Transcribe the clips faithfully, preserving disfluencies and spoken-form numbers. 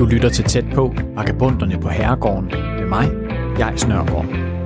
lytter til Tæt på, Vagabonderne på Herregården med mig, Jais Nørgaard.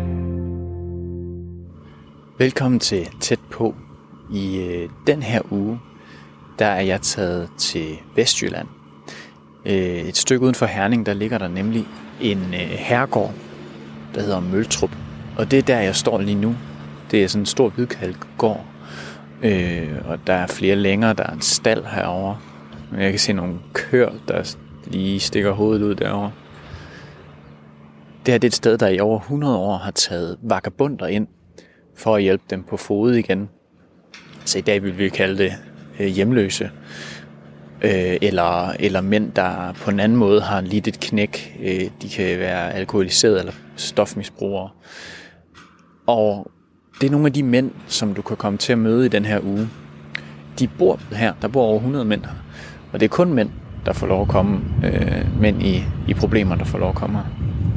Velkommen til Tæt på. I øh, den her uge, der er jeg taget til Vestjylland. Øh, et stykke uden for Herning, der ligger der nemlig en øh, herregård, der hedder Møltrup. Og det er der, jeg står lige nu. Det er sådan en stor hvidkalkgård. Øh, og der er flere længere, der er en stald herovre. Jeg kan se nogle køer, der lige stikker hovedet ud derovre. Det her det er et sted, der i over hundrede år har taget vagabonder ind for at hjælpe dem på fode igen. Så i dag vil vi kalde det øh, hjemløse. Øh, eller, eller mænd, der på en anden måde har lidt et knæk. Øh, de kan være alkoholiseret eller stofmisbrugere. Og det er nogle af de mænd, som du kan komme til at møde i den her uge. De bor her. Der bor over hundrede mænd her. Og det er kun mænd, der får lov at komme. Øh, mænd i, i problemer, der får lov at komme her.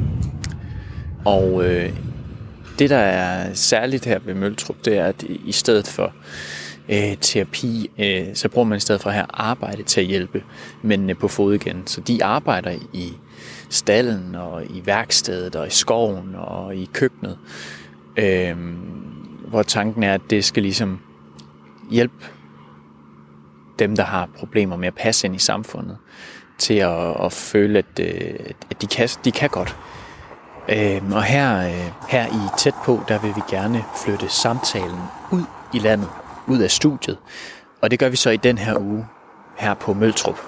Og øh, det, der er særligt her ved Møltrup, det er, at i stedet for øh, terapi, øh, så bruger man i stedet for her arbejde til at hjælpe mændene på fod igen. Så de arbejder i stallen og i værkstedet og i skoven og i køkkenet. Øh, hvor tanken er, at det skal ligesom hjælpe dem, der har problemer med at passe ind i samfundet, til at, at føle, at, at de, kan, de kan godt. Øh, og her, her i Tæt på, der vil vi gerne flytte samtalen ud i landet, ud af studiet. Og det gør vi så i den her uge, her på Møltrup.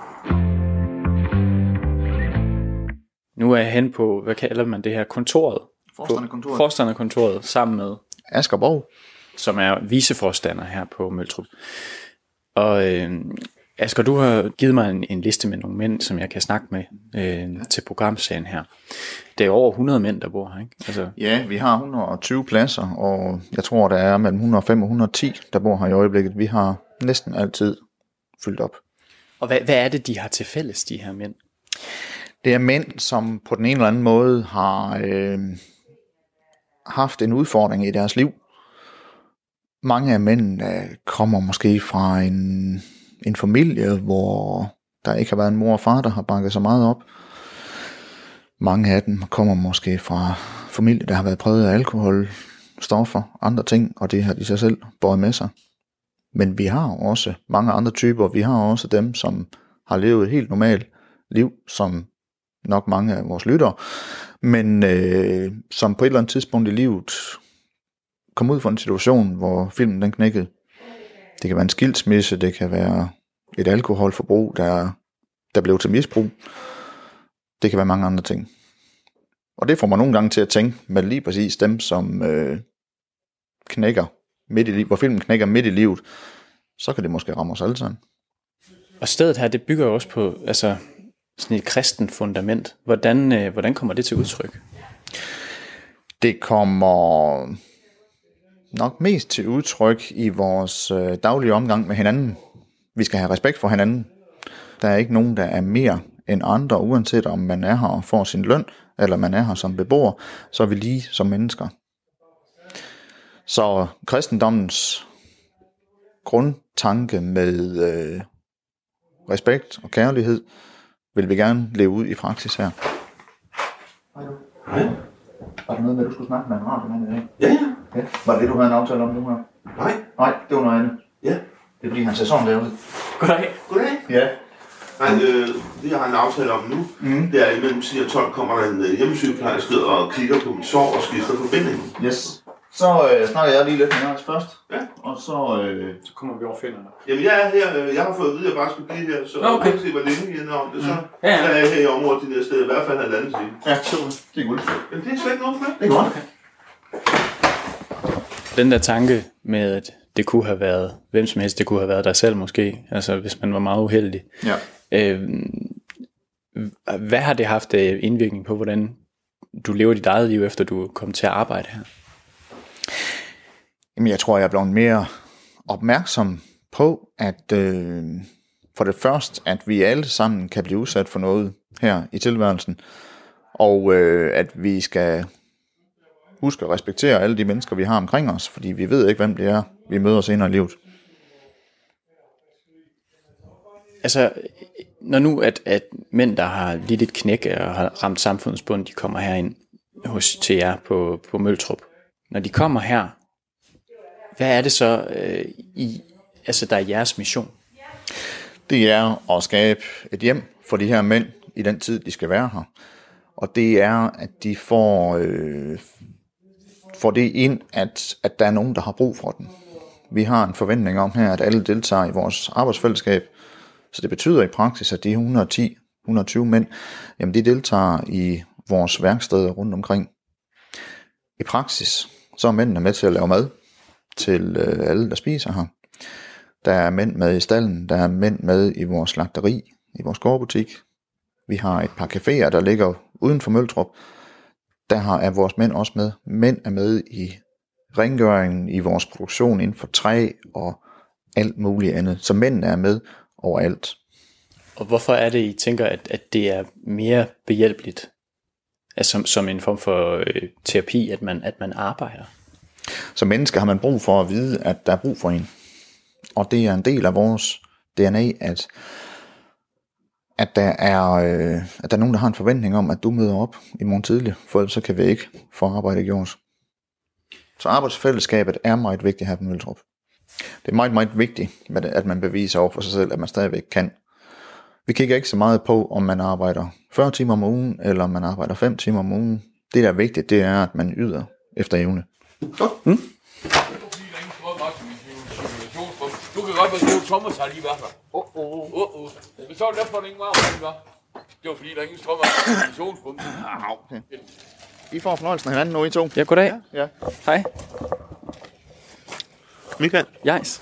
Nu er jeg hen på, hvad kalder man det her, kontoret? Forstanderkontoret. Forstanderkontoret, sammen med Asger Borg, som er viceforstander her på Møltrup. Og øh, Asger, du har givet mig en, en liste med nogle mænd, som jeg kan snakke med øh, til programserien her. Det er over hundrede mænd, der bor her, ikke? Altså... Ja, vi har et hundrede og tyve pladser, og jeg tror, der er mellem et hundrede og fem og et hundrede og ti, der bor her i øjeblikket. Vi har næsten altid fyldt op. Og hvad, hvad er det, de har til fælles, de her mænd? Det er mænd, som på den ene eller anden måde har øh, haft en udfordring i deres liv. Mange af mændene kommer måske fra en, en familie, hvor der ikke har været en mor og far, der har banket så meget op. Mange af dem kommer måske fra familier, der har været præget af alkohol, stoffer, andre ting, og det har de sig selv båret med sig. Men vi har også mange andre typer. Vi har også dem, som har levet et helt normalt liv, som nok mange af vores lyttere, men øh, som på et eller andet tidspunkt i livet kom ud for en situation, hvor filmen den knækkede. Det kan være en skilsmisse, det kan være et alkoholforbrug, der, der blev til misbrug. Det kan være mange andre ting. Og det får man nogle gange til at tænke med lige præcis dem, som øh, knækker midt i livet, hvor filmen knækker midt i livet, så kan det måske ramme os alle sammen. Og stedet her, det bygger jo også på altså, sådan et kristent fundament. Hvordan, øh, hvordan kommer det til udtryk? Det kommer nok mest til udtryk i vores øh, daglige omgang med hinanden. Vi skal have respekt for hinanden. Der er ikke nogen, der er mere end andre, uanset om man er her og får sin løn, eller man er her som beboer, så er vi lige som mennesker. Så kristendommens grundtanke med øh, respekt og kærlighed, vil vi gerne leve ud i praksis her. Hej du. Hej. Var der noget med, at du skulle snakke med en radiomand i dag? Ja, ja. Ja. Var det det, du havde en aftale om nu her? Nej. Nej, det var noget andet. Ja. Det er fordi, han ser sådan der ud. Goddag. Goddag. Ja. Nej, øh, det jeg har en aftale om nu, Mm. det er, at imellem ti og tolv kommer der en øh, hjemmesygeplejerske og kigger på mit sår og skifter forbindingen. Yes. Så øh, snakker jeg lige lidt med Jens først. Ja. Og så... Øh... Så kommer vi over og finder dig. Jamen, jeg er her. Øh, jeg har fået at vide, at jeg bare skal blive her, så Nå, okay. jeg kan se, hvor længe vi ender om det. Så, Mm. Ja, ja. så er jeg her i området de næste, i hvert fald halvanden time. Ja, super. Det er godt. Men det er slet ikke noget for Det er godt. Okay. Den der tanke med, at det kunne have været hvem som helst, det kunne have været dig selv måske, altså hvis man var meget uheldig. Ja. Øh, hvad har det haft af indvirkning på, hvordan du lever dit eget liv, efter du kom til at arbejde her? Jamen, jeg tror, jeg er blevet mere opmærksom på, at øh, for det første, at vi alle sammen kan blive udsat for noget her i tilværelsen, og øh, at vi skal huske at respektere alle de mennesker, vi har omkring os, fordi vi ved ikke, hvem det er, vi møder senere i livet. Altså, når nu at, at mænd, der har lidt et knæk og har ramt samfundets bund, de kommer herind hos, til jer på, på Møltrup. Når de kommer her, hvad er det så, øh, i, altså, der er jeres mission? Det er at skabe et hjem for de her mænd i den tid, de skal være her. Og det er, at de får, øh, får det ind, at, at der er nogen, der har brug for den. Vi har en forventning om her, at alle deltager i vores arbejdsfællesskab. Så det betyder i praksis, at de et hundrede og ti til et hundrede og tyve mænd, jamen de deltager i vores værksteder rundt omkring. I praksis, så er mændene med til at lave mad til øh, alle, der spiser her. Der er mænd med i stallen, der er mænd med i vores slagteri, i vores gårdbutik. Vi har et par caféer, der ligger uden for Møltrup. Der har, er vores mænd også med. Mænd er med i rengøringen, i vores produktion inden for træ og alt muligt andet. Så mændene er med overalt. Og hvorfor er det, I tænker, at, at det er mere behjælpeligt, altså som, som en form for øh, terapi, at man, at man arbejder? Som menneske har man brug for at vide, at der er brug for en. Og det er en del af vores D N A, at, at, der er, øh, at der er nogen, der har en forventning om, at du møder op i morgen tidlig, for ellers så kan vi ikke få arbejde gjort. Så arbejdsfællesskabet er meget vigtigt her på Møltrup. Det er meget, meget vigtigt, at man beviser over for sig selv, at man stadigvæk kan. Vi kigger ikke så meget på, om man arbejder fyrre timer om ugen, eller om man arbejder fem timer om ugen. Det, der er vigtigt, det er, at man yder efter evne. Mm. Du kan godt være god Thomas har lige været her. Åh, åh, åh, åh. Men så er det derfor, det ikke var, var. Det var fordi, der ingen strømmer i kommunikationsbunden. Okay. I får fornøjelsen af hinanden nu, I to. Ja, goddag. Ja. Ja. Hej. Michael? Jais.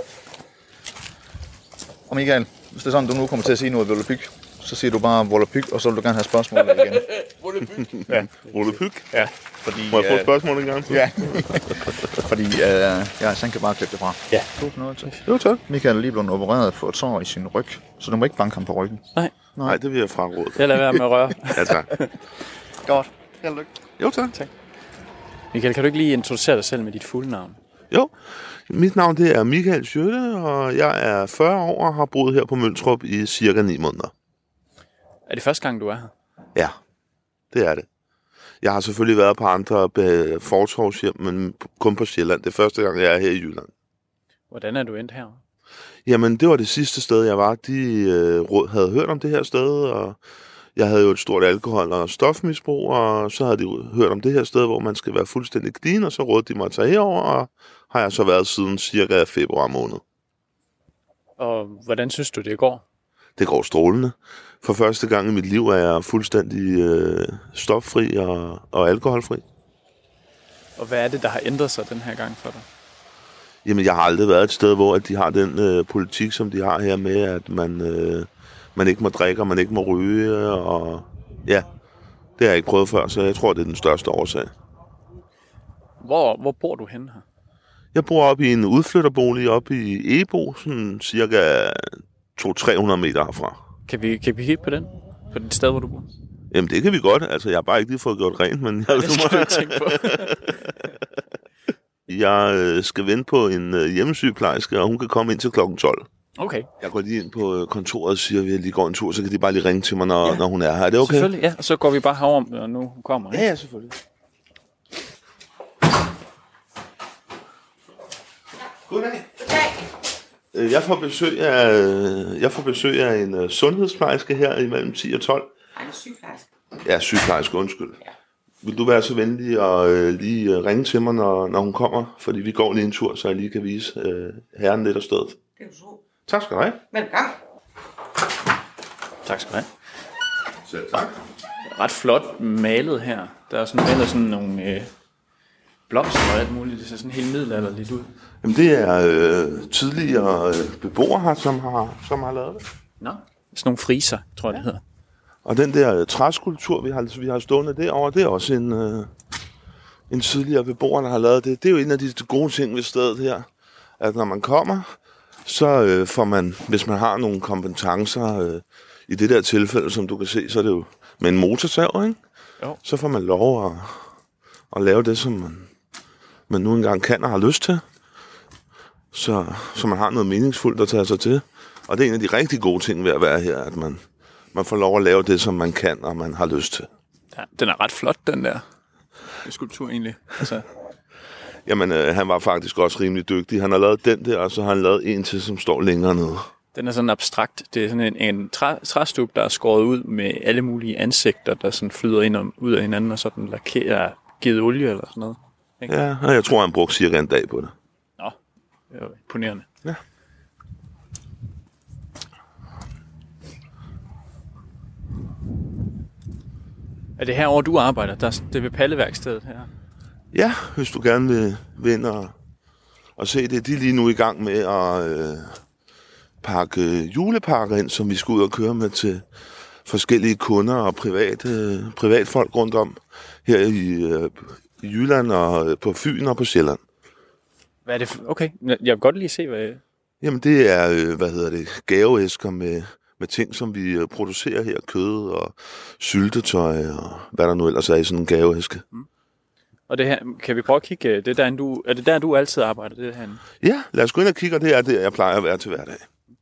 Og Michael, hvis det er sådan, du nu kommer til at sige noget Volapyk, så siger du bare Volapyk, og så vil du gerne have spørgsmålet igen. Volapyk? Ja. Volapyk? Ja. Fordi, Må jeg få øh, spørgsmålet en gang? Ja. Fordi, øh, ja, så han kan bare klippe det fra. Ja. Tusind noget til. Jo, tak. Michael er lige blevet opereret for et sår i sin ryg, så du må ikke banke ham på ryggen. Nej. Nej, det vil jeg fraråde. Jeg lader være med at røre. Ja, tak. Godt. Held og lykke. Jo, tak. Tak. Michael, kan du ikke lige introducere dig selv med dit fulde navn? Jo, mit navn det er Michael Schøtte, og jeg er fyrre år og har boet her på Møltrup i cirka ni måneder. Er det første gang, du er her? Ja, det er det. Jeg har selvfølgelig været på andre fortorvshjem, men kun på Sjælland. Det er første gang, jeg er her i Jylland. Hvordan er du endt her? Jamen, det var det sidste sted, jeg var. De øh, havde hørt om det her sted, og jeg havde jo et stort alkohol- og stofmisbrug, og så havde de hørt om det her sted, hvor man skal være fuldstændig clean, og så rådede de mig at tage herover, og har jeg så været siden cirka februar måned. Og hvordan synes du, det går? Det går strålende. For første gang i mit liv er jeg fuldstændig øh, stoffri og, og alkoholfri. Og hvad er det, der har ændret sig den her gang for dig? Jamen, jeg har aldrig været et sted, hvor de har den øh, politik, som de har her med, at man, øh, man ikke må drikke, og man ikke må ryge, og ja, det har jeg ikke prøvet før, så jeg tror, det er den største årsag. Hvor, hvor bor du henne her? Jeg bor oppe i en udflytterbolig oppe i Ebo, sådan cirka to til tre hundrede meter herfra. Kan vi, kan vi kigge på den? På det sted, hvor du bor? Jamen, det kan vi godt. Altså, jeg har bare ikke lige fået gjort rent, men jeg, Det skal du ikke tænke på. jeg øh, skal vente på en øh, hjemmesygeplejerske, og hun kan komme ind til klokken tolv. Okay. Jeg går lige ind på kontoret og siger, at jeg lige går en tur, så kan de bare lige ringe til mig, når, ja. når hun er her. Er det okay? Selvfølgelig, ja. Og så går vi bare herover, når nu hun kommer. Ja, ja, selvfølgelig. Goddag. Goddag. Jeg får besøg af, jeg får besøg af en uh, sundhedsplejerske her imellem ti og tolv. Nej, en sygeplejerske. Ja, sygeplejerske, undskyld. Ja. Vil du være så venlig at uh, lige uh, ringe til mig, når, når hun kommer? Fordi vi går lige en tur, så jeg lige kan vise uh, herren lidt af stedet. Det er du så. Tak skal du have. Velkommen. Tak skal du have. Selv tak. Ret flot malet her. Der er sådan malet sådan nogle øh, blomster og alt muligt. Det ser sådan helt middelalderligt ud. Jamen, det er øh, tidligere øh, beboere her, som har, som har lavet det. Nå. Sådan nogle friser, tror jeg, ja. det hedder. Og den der øh, træskulptur, vi har, vi har stående derovre, det er også en, øh, en tidligere beboer, der har lavet det. Det er jo en af de gode ting ved stedet her, at når man kommer, så øh, får man, hvis man har nogle kompetencer, øh, i det der tilfælde, som du kan se, så er det jo med en motorsav, ikke? Jo. Så får man lov at, at lave det, som man, man nu engang kan og har lyst til. Så, så man har noget meningsfuldt at tage sig til. Og det er en af de rigtig gode ting ved at være her, at man, man får lov at lave det, som man kan, og man har lyst til. Ja, den er ret flot, den der skulptur egentlig. Altså. Jamen, øh, han var faktisk også rimelig dygtig. Han har lavet den der, og så har han lavet en til, som står længere nede. Den er sådan abstrakt. Det er sådan en, en træ, træstup, der er skåret ud med alle mulige ansigter, der sådan flyder ind og ud af hinanden, og sådan lakerer, givet olie eller sådan noget. Ikke? Ja, og jeg tror, han brugte cirka en dag på det. Nå, det var imponerende. Ja. Er det herovre, du arbejder? Der er, det er ved Palleværkstedet her? Ja, hvis du gerne vil, vil ind og, og se det. De er lige nu i gang med at øh, pakke julepakker ind, som vi skal ud og køre med til forskellige kunder og privat, øh, privatfolk rundt om. Her i, øh, i Jylland og øh, på Fyn og på Sjælland. Hvad er det for? Okay, jeg vil godt lige se, hvad... Jamen det er, øh, hvad hedder det, gaveæsker med... med ting, som vi producerer her, kød og syltetøj og hvad der nu ellers er i sådan en gaveæske. Mm. Og det her, kan vi prøve at kigge, det der, du, er det der, du altid arbejder, det her? Ja, lad os gå ind og kigge, og det er det, jeg plejer at være til hverdag.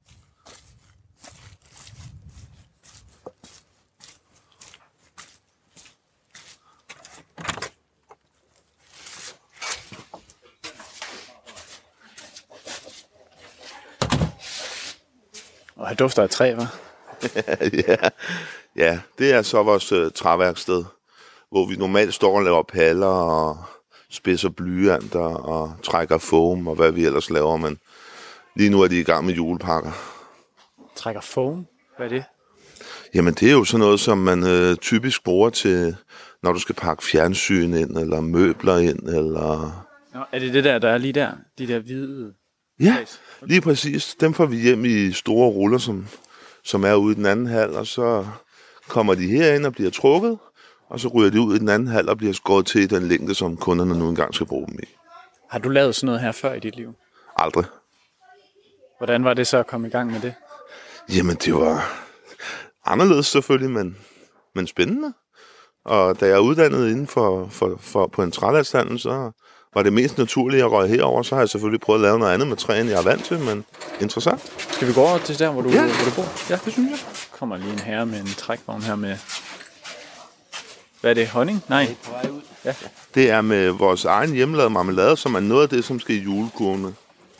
Og her dufter af træ, hva'? ja. ja, det er så vores uh, træværksted, hvor vi normalt står og laver paller og spidser blyanter og trækker foam og hvad vi ellers laver, men lige nu er de i gang med julepakker. Trækker foam? Hvad er det? Jamen det er jo sådan noget, som man uh, typisk bruger til, når du skal pakke fjernsyn ind, eller møbler ind, eller... Nå, er det det der, der er lige der? De der hvide... Ja, lige præcis. Dem får vi hjem i store ruller, som, som er ude i den anden hal, og så kommer de herind og bliver trukket, og så ryger de ud i den anden hal og bliver skåret til den længde, som kunderne nu engang skal bruge dem i. Har du lavet sådan noget her før i dit liv? Aldrig. Hvordan var det så at komme i gang med det? Jamen, det var anderledes selvfølgelig, men, men spændende. Og da jeg er uddannet inden for, for, for på en træladshandel, så var det mest naturlige at røge herover. Så har jeg selvfølgelig prøvet at lave noget andet med træen, jeg er vant til, men interessant. Skal vi gå over til der, hvor du, ja. hvor du bor? Ja, det synes jeg. Kommer lige en herre med en trækvogn her med... Hvad er det? Honning? Nej. Ja. Det er med vores egen hjemmelavede marmelade, som er noget af det, som skal i julekurvene.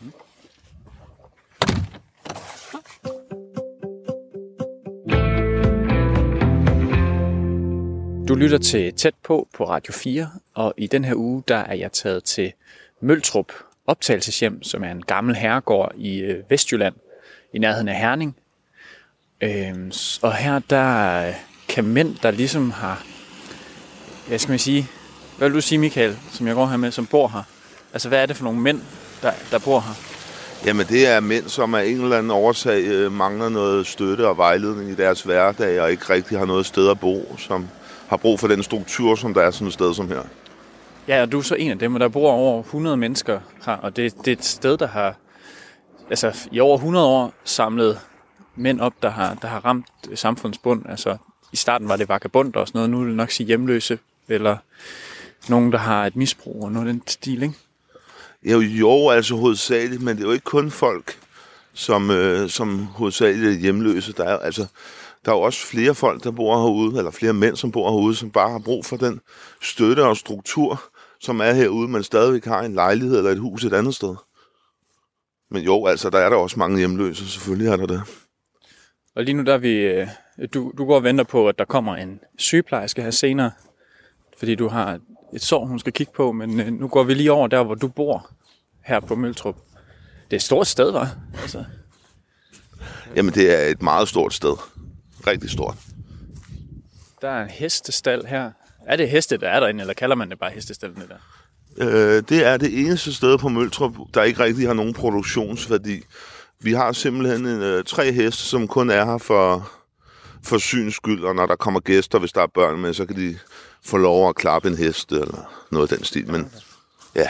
Du lytter til Tæt på på Radio fire, og i den her uge, der er jeg taget til Møltrup optagelseshjem, som er en gammel herregård i øh, Vestjylland, i nærheden af Herning. Øhm, og her, der kan mænd, der ligesom har, hvad skal man sige, hvad vil du sige, Michael, som jeg går her med, som bor her? Altså, hvad er det for nogle mænd, der, der bor her? Jamen, det er mænd, som af en eller anden årsag øh, mangler noget støtte og vejledning i deres hverdag, og ikke rigtig har noget sted at bo, som har brug for den struktur, som der er sådan et sted som her. Ja, og du er så en af dem, og der bor over hundrede mennesker her, og det, det er et sted, der har altså, i over hundrede år samlet mænd op, der har, der har ramt samfundsbund. Altså, i starten var det vagabond og sådan noget, nu vil jeg nok sige hjemløse, eller nogen, der har et misbrug og noget af den stil, ikke? Jo, jo, altså hovedsageligt, men det er jo ikke kun folk, som, øh, som hovedsageligt er hjemløse. Der er, altså, der er jo også flere folk, der bor herude, eller flere mænd, som bor herude, som bare har brug for den støtte og struktur, som er herude, men stadigvæk har en lejlighed eller et hus et andet sted. Men jo, altså, der er der også mange hjemløse, selvfølgelig er der det. Og lige nu der er vi, du, du går og venter på, at der kommer en sygeplejerske her senere, fordi du har et sår, hun skal kigge på, men nu går vi lige over der, hvor du bor, her på Møltrup. Det er et stort sted, hva'? Altså. Jamen, det er et meget stort sted. Rigtig stort. Der er en hestestal her. Er det heste, der er derinde, eller kalder man det bare hestestallene der? Øh, det er det eneste sted på Møltrup, der ikke rigtig har nogen produktionsværdi. Vi har simpelthen en, øh, tre heste, som kun er her for, for syns skyld, og når der kommer gæster, hvis der er børn med, så kan de få lov at klappe en hest eller noget af den stil. Men ja.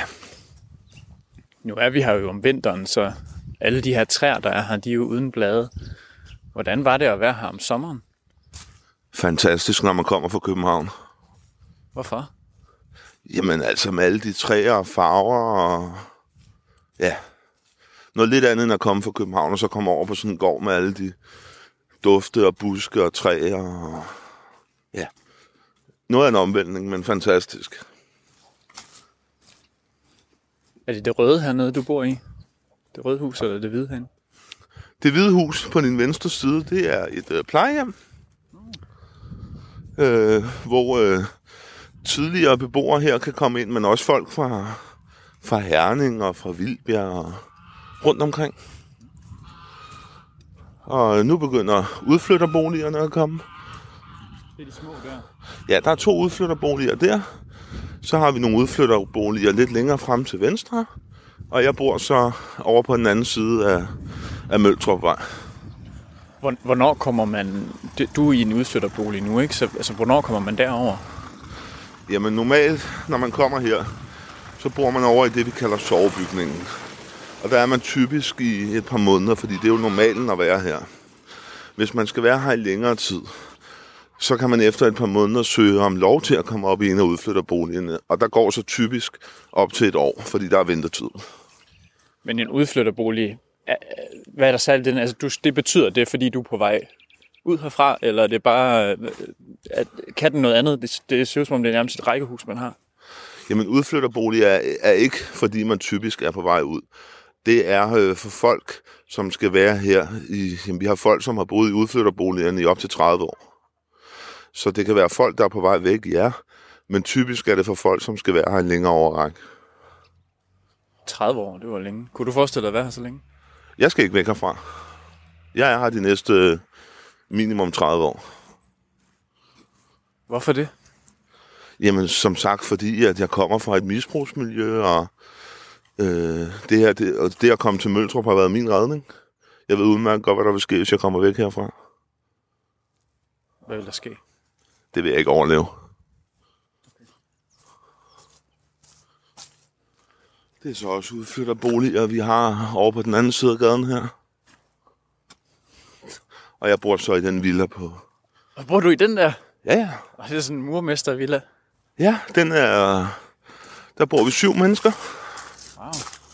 Nu er vi her jo om vinteren, så alle de her træer, der er her, de er jo uden blade. Hvordan var det at være her om sommeren? Fantastisk, når man kommer fra København. Hvorfor? Jamen altså med alle de træer og farver og ja, noget lidt andet end at komme fra København og så komme over på sådan en gård med alle de dufte og buske og træer. Og, ja, noget af en omvæltning, men fantastisk. Er det det røde hernede, du bor i? Det røde hus, eller det hvide herinde? Det hvide hus på din venstre side, det er et øh, plejehjem, øh, hvor øh, tidligere beboere her kan komme ind, men også folk fra, fra Herning og fra Vildbjerg og rundt omkring. Og nu begynder udflytterboligerne at komme. Det er de små der. Ja, der er to udflytterboliger der. Så har vi nogle udflytterboliger lidt længere frem til venstre. Og jeg bor så over på den anden side af, af Møltrupvej. Hvornår kommer man... Du er i en udflytterbolig nu, ikke? Så altså, hvornår kommer man derover? Jamen normalt, når man kommer her, så bor man over i det, vi kalder sovebygningen. Og der er man typisk i et par måneder, fordi det er jo normalen at være her. Hvis man skal være her i længere tid, så kan man efter et par måneder søge om lov til at komme op i en af udflytterboligerne. Og der går så typisk op til et år, fordi der er ventetid. Men en udflytterbolig, hvad er der særligt den? Altså, du, det betyder det, fordi du er på vej ud herfra, eller er det bare... At, kan den noget andet? Det, det ser ud som om, det er nærmest et rækkehus, man har. Jamen, udflytterbolig er, er ikke, fordi man typisk er på vej ud. Det er øh, for folk, som skal være her. I, jamen, vi har folk, som har boet i udflytterboligerne i op til tredive år. Så det kan være folk, der er på vej væk, ja. Men typisk er det for folk, som skal være her en længere overrække. tredive år, det var længe. Kunne du forestille dig at være her så længe? Jeg skal ikke væk herfra. Jeg er her de næste minimum tredive år. Hvorfor det? Jamen, som sagt, fordi at jeg kommer fra et misbrugsmiljø, og øh, det her, det, og det at komme til Møltrup har været min redning. Jeg ved udmærket godt, hvad der vil ske, hvis jeg kommer væk herfra. Hvad vil der ske? Det vil jeg ikke overleve. Det er så også udflytterboliger, vi har over på den anden side af gaden her. Og jeg bor så i den villa på... Og bor du i den der? Ja, ja. Og det er sådan en murmestervilla. Ja, den er... Der bor vi syv mennesker. Wow.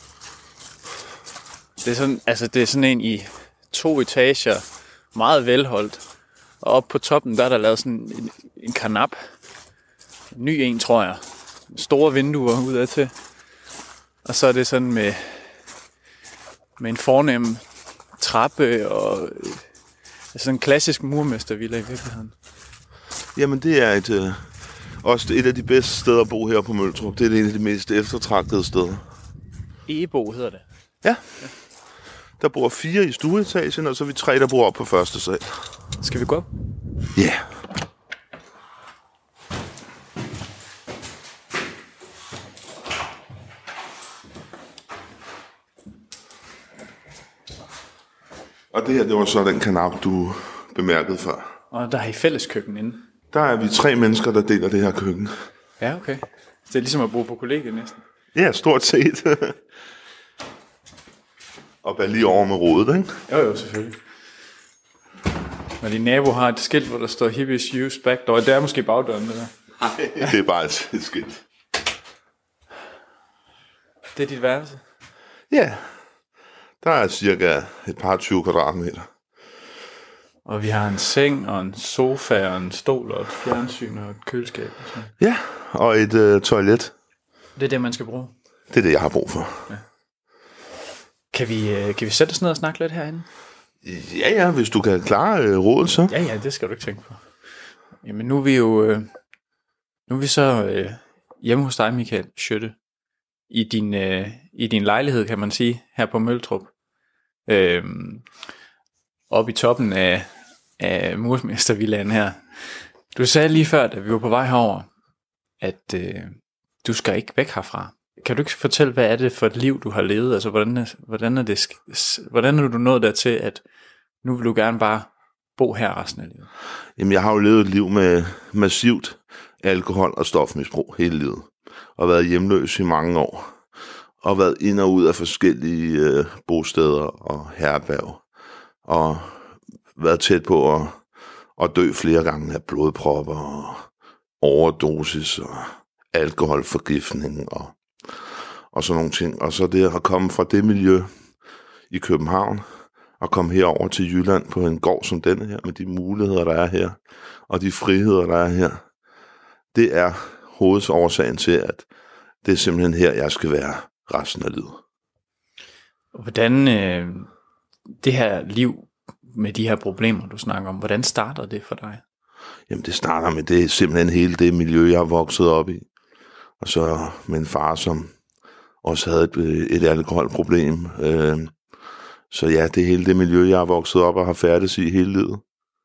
Det er sådan, altså det er sådan en i to etager, meget velholdt. Og oppe på toppen, der er der lavet sådan en, en karnap. En ny en, tror jeg. Store vinduer udad til. Og så er det sådan med, med en fornem trappe og altså sådan en klassisk murmestervilla i virkeligheden. Jamen det er et, øh, også et af de bedste steder at bo her på Møltrup. Det er det en af de mest eftertragtede steder. Egebo hedder det. Ja. Der bor fire i stueetagen, og så er vi tre, der bor op på første sal. Skal vi gå op? Ja. Yeah. Og det her, det var så den kanap, du bemærkede før. Og der er I fælles køkken inde. Der er vi tre mennesker, der deler det her køkken. Ja, okay. Så det er ligesom at bo på kollegiet næsten. Ja, stort set. Og bare lige over med rodet, ikke? Jo, jo, selvfølgelig. Når din nabo har et skilt, hvor der står hippies use back door, det er måske bagdøren, det der. Nej, det er bare et, et skilt. Det er dit værelse? Ja, der er cirka et par tyve kvadratmeter. Og vi har en seng og en sofa og en stol og et fjernsyn og et køleskab. Og sådan. Ja, og et øh, toilet. Det er det, man skal bruge? Det er det, jeg har brug for. Ja. Kan vi, øh, kan vi sætte os ned og snakke lidt herinde? Ja, ja, hvis du kan klare øh, rådet, så. Ja, ja, det skal du ikke tænke på. Jamen, nu er vi jo øh, nu er vi så øh, hjemme hos dig, Michael Skytte, i din, øh, i din lejlighed, kan man sige, her på Møltrup. Øh, oppe i toppen af, af murmestervillaen her. Du sagde lige før, da vi var på vej herover, at øh, du skal ikke væk herfra. Kan du ikke fortælle, hvad er det for et liv, du har levet? Altså, hvordan er, hvordan er, det, hvordan er du nået dertil, at nu vil du gerne bare bo her resten af livet? Jamen, jeg har jo levet et liv med massivt alkohol- og stofmisbrug hele livet. Og været hjemløs i mange år. Og været ind og ud af forskellige øh, bosteder og herberg. Og været tæt på at, at dø flere gange af blodpropper og overdosis og alkoholforgiftning og, og sådan nogle ting. Og så det at komme fra det miljø i København at komme herover til Jylland på en gård som denne her, med de muligheder, der er her, og de friheder, der er her. Det er hovedårsagen til, at det er simpelthen her, jeg skal være resten af livet. Hvordan øh, det her liv med de her problemer, du snakker om, hvordan starter det for dig? Jamen det starter med det simpelthen hele det miljø, jeg har vokset op i. Og så med en far, som også havde et, et alkoholproblem. Øh, så ja, det er hele det miljø, jeg har vokset op og har færdes i hele livet.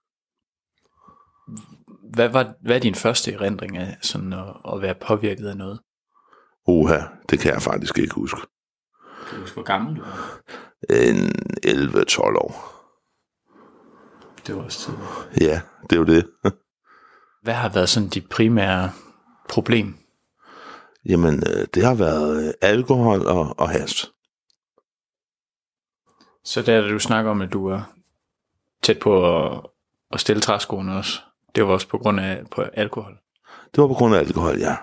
Hvad, var, hvad er din første erindring af sådan at, at være påvirket af noget? Uha, det kan jeg faktisk ikke huske. Kan du huske, hvor gammel du var? En elleve tolv år. Det var også tidligt. Ja, det er jo det. Hvad har været sådan dit primære problem? Jamen, det har været alkohol og, og hash. Så der, da du snakker om, at du er tæt på at, at stille træskoene også, det var også på grund af på alkohol? Det var på grund af alkohol, ja.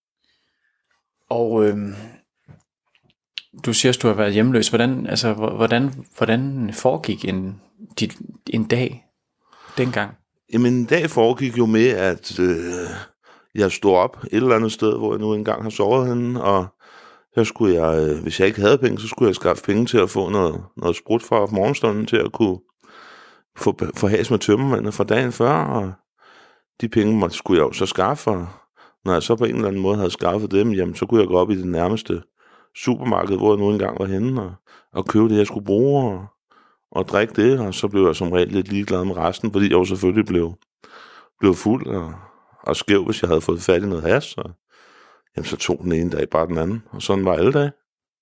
Og øhm, du siger, at du har været hjemløs. Hvordan, altså, hvordan, hvordan foregik en, dit, en dag dengang? Jamen, en dag foregik jo med, at øh, jeg stod op et eller andet sted, hvor jeg nu engang har sovet henne, og så skulle jeg, øh, hvis jeg ikke havde penge, så skulle jeg skaffe penge til at få noget, noget sprut fra morgenstunden til at kunne få, få has med tømmermændene fra dagen før, og de penge skulle jeg jo så skaffe, og når jeg så på en eller anden måde havde skaffet dem, jamen, så kunne jeg gå op i det nærmeste supermarked, hvor jeg nu engang var henne, og, og købe det, jeg skulle bruge, og, og drikke det, og så blev jeg som regel lidt ligeglad med resten, fordi jeg jo selvfølgelig blev, blev fuld og, og skæv, hvis jeg havde fået fat i noget hash, og jamen, så tog den ene dag bare den anden, og sådan var alle dage.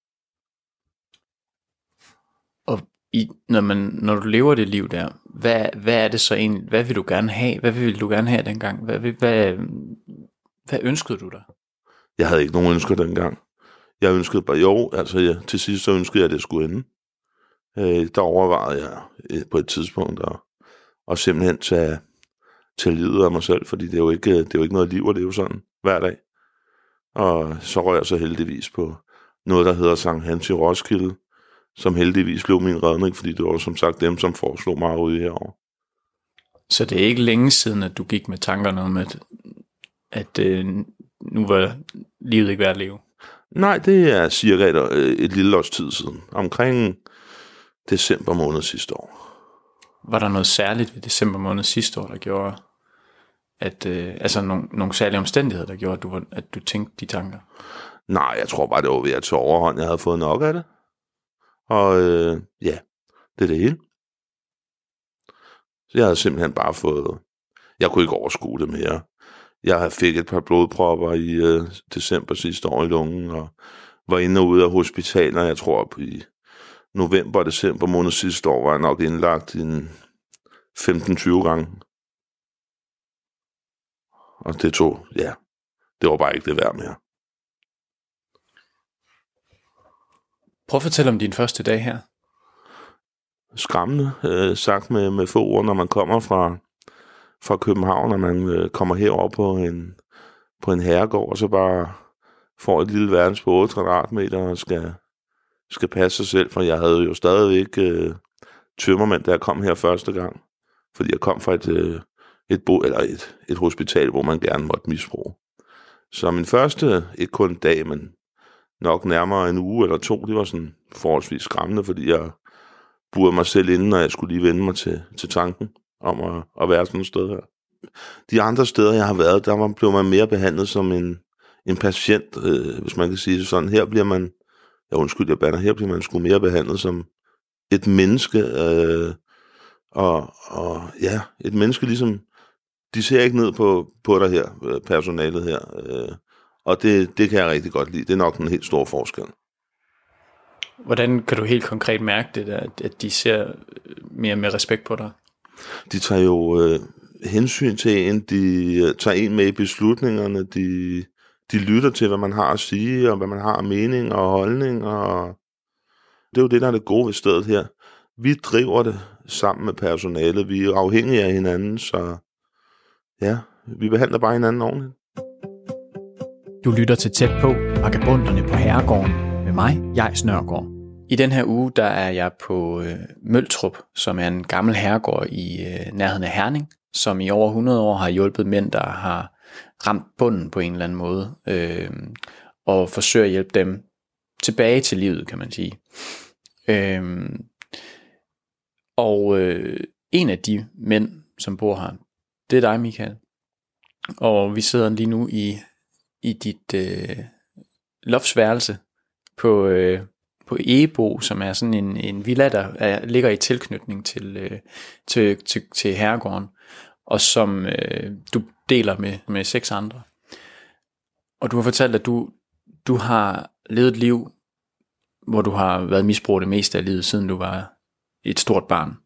Og i, når, man, når du lever det liv der, hvad, hvad er det så egentlig, hvad vil du gerne have? Hvad vil du gerne have dengang? Hvad, hvad, hvad ønskede du dig? Jeg havde ikke nogen ønsker dengang. Jeg ønskede bare, jo, altså ja, til sidst så ønskede jeg, at det skulle ende. Øh, der overvejede jeg øh, på et tidspunkt at, at simpelthen tage, tage livet af mig selv, fordi det er, jo ikke, det er jo ikke noget liv at leve sådan hver dag. Og så røg jeg så heldigvis på noget, der hedder Sankt Hans i Roskilde, som heldigvis blev min redning, fordi det var som sagt dem, som foreslog mig ude herovre. Så det er ikke længe siden, at du gik med tankerne om, at, at øh, nu var livet ikke værd at leve? Nej, det er cirka et, et lille års tid siden. Omkring december måned sidste år. Var der noget særligt ved december måned sidste år, der gjorde, at, øh, altså nogle, nogle særlige omstændigheder, der gjorde, at du, at du tænkte de tanker? Nej, jeg tror bare, det var ved at tage overhånd. Jeg havde fået nok af det. Og øh, ja, det er det hele. Så jeg havde simpelthen bare fået... Jeg kunne ikke overskue det mere. Jeg fik et par blodpropper i øh, december sidste år i lungen, og var inde og ude af hospitaler. Jeg tror, op i november og december måned sidste år, var jeg nok indlagt en femten tyve gange. Og det tog, ja, det var bare ikke det værd mere. Prøv at fortælle om din første dag her. Skræmmende, øh, sagt med, med få ord, når man kommer fra, fra København, når man øh, kommer herover på en, på en herregård, og så bare får et lille verdens på otte kvadratmeter og skal, skal passe sig selv, for jeg havde jo stadigvæk øh, tømmermænd, da jeg kom her første gang, fordi jeg kom fra et, øh, et, bo, eller et, et hospital, hvor man gerne måtte misbruge. Så min første, ikke kun en dag, men nok nærmere en uge eller to, det var sådan forholdsvis skræmmende, fordi jeg burede mig selv inden, og jeg skulle lige vende mig til, til tanken om at, at være sådan et sted her. De andre steder, jeg har været, der var, blev man mere behandlet som en, en patient, øh, hvis man kan sige det sådan. Her bliver man, jeg undskyld, jeg bander, her bliver man sgu mere behandlet som et menneske, øh, og, og ja, et menneske ligesom, de ser ikke ned på, på dig her, personalet her, øh, og det, det kan jeg rigtig godt lide. Det er nok en helt stor forskel. Hvordan kan du helt konkret mærke det der, at de ser mere med respekt på dig? De tager jo øh, hensyn til en, de øh, tager en med i beslutningerne, de, de lytter til, hvad man har at sige, og hvad man har af mening og holdning, og det er jo det, der er det gode ved stedet her. Vi driver det sammen med personalet, vi er afhængige af hinanden, så ja, vi behandler bare hinanden ordentligt. Du lytter til Tæt på, vagabonderne på Herregården med mig, Jais Nørgaard. I den her uge, der er jeg på øh, Møltrup, som er en gammel herregård i øh, nærheden af Herning, som i over hundrede år har hjulpet mænd, der har ramt bunden på en eller anden måde, øh, og forsøger at hjælpe dem tilbage til livet, kan man sige. Øh, og øh, en af de mænd, som bor her, det er dig, Michael. Og vi sidder lige nu i, i dit øh, loftsværelse på... Øh, på Egebo, som er sådan en, en villa, der er, ligger i tilknytning til, øh, til, til, til herregården, og som øh, du deler med, med seks andre. Og du har fortalt, at du, du har levet et liv, hvor du har været misbrugt det meste af livet, siden du var et stort barn.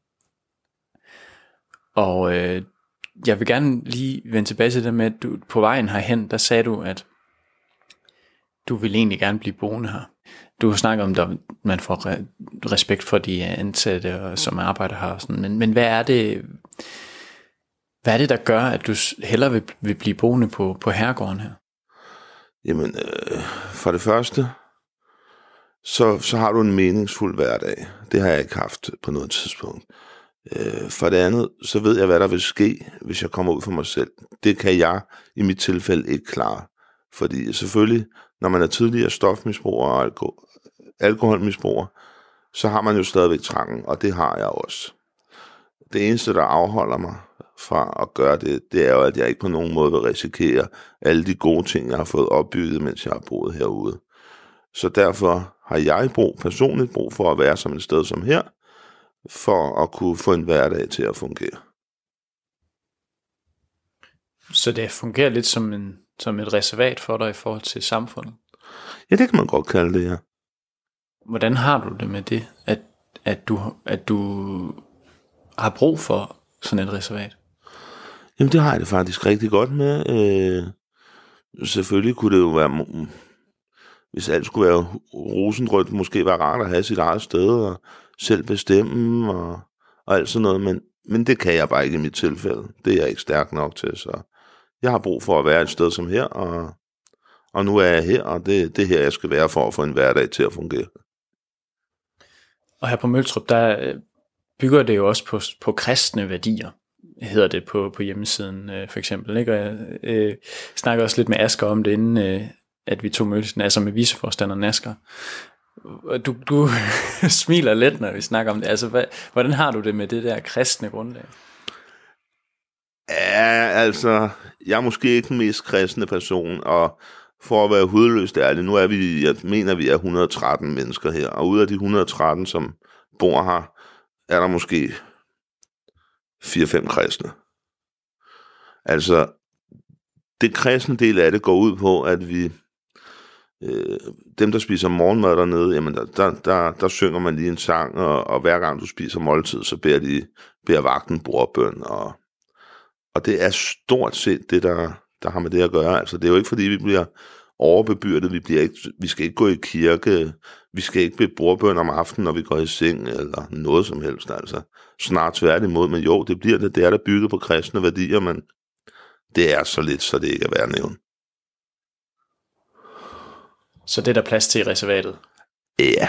Og øh, jeg vil gerne lige vende tilbage til det med, at du på vejen herhen, der sagde du, at du ville egentlig gerne blive boende her. Du har snakket om, at man får respekt for de ansatte, og som arbejder her. Og sådan. Men, men hvad er det, hvad er det, der gør, at du hellere vil, vil blive boende på, på herregården her? Jamen, øh, for det første, så, så har du en meningsfuld hverdag. Det har jeg ikke haft på noget tidspunkt. Øh, for det andet, så ved jeg, hvad der vil ske, hvis jeg kommer ud for mig selv. Det kan jeg i mit tilfælde ikke klare. Fordi selvfølgelig, når man er tidligere stofmisbruger og alko- alkoholmisbruger, så har man jo stadigvæk trangen, og det har jeg også. Det eneste, der afholder mig fra at gøre det, det er jo, at jeg ikke på nogen måde vil risikere alle de gode ting, jeg har fået opbygget, mens jeg har boet herude. Så derfor har jeg brug, personligt brug for at være som et sted som her, for at kunne få en hverdag til at fungere. Så det fungerer lidt som, en, som et reservat for dig i forhold til samfundet? Ja, det kan man godt kalde det, ja. Hvordan har du det med det, at, at, du, at du har brug for sådan et reservat? Jamen, det har jeg det faktisk rigtig godt med. Øh, selvfølgelig kunne det jo være, hvis alt skulle være rosenrødt, måske være rart at have sit eget sted og selv bestemme og, og alt sådan noget, men, men det kan jeg bare ikke i mit tilfælde. Det er jeg ikke stærk nok til, så jeg har brug for at være et sted som her, og, og nu er jeg her, og det, det er her, jeg skal være for at få en hverdag til at fungere. Og her på Møltrup, der bygger det jo også på, på kristne værdier, hedder det på, på hjemmesiden øh, for eksempel. Ikke? Og jeg øh, snakker også lidt med Asger om det, inden øh, at vi tog mødelsen, altså med viceforstanderen Asger. Og du, du smiler lidt, når vi snakker om det. Altså, hvad, hvordan har du det med det der kristne grundlag? Ja, altså, jeg er måske ikke den mest kristne person, og for at være hudløst ærlig, nu er vi, jeg mener, vi er et hundrede og tretten mennesker her, og ud af de et hundrede og tretten, som bor her, er der måske fire fem kristne. Altså, det kristne del af det går ud på, at vi, øh, dem der spiser morgenmad dernede, jamen der, der, der, der synger man lige en sang, og, og hver gang du spiser måltid, så beder, de, beder vagten bordbøn, og, og det er stort set det, der, der har med det at gøre. Altså, det er jo ikke fordi, vi bliver overbebyrdet, vi, bliver ikke, vi skal ikke gå i kirke, vi skal ikke bede bordbøn om aftenen, når vi går i seng, eller noget som helst, altså. Snart tværtimod, men jo, det bliver det, det er der bygget på kristne værdier, men det er så lidt, så det ikke er værd at nævne. Så det er der plads til i reservatet? Ja.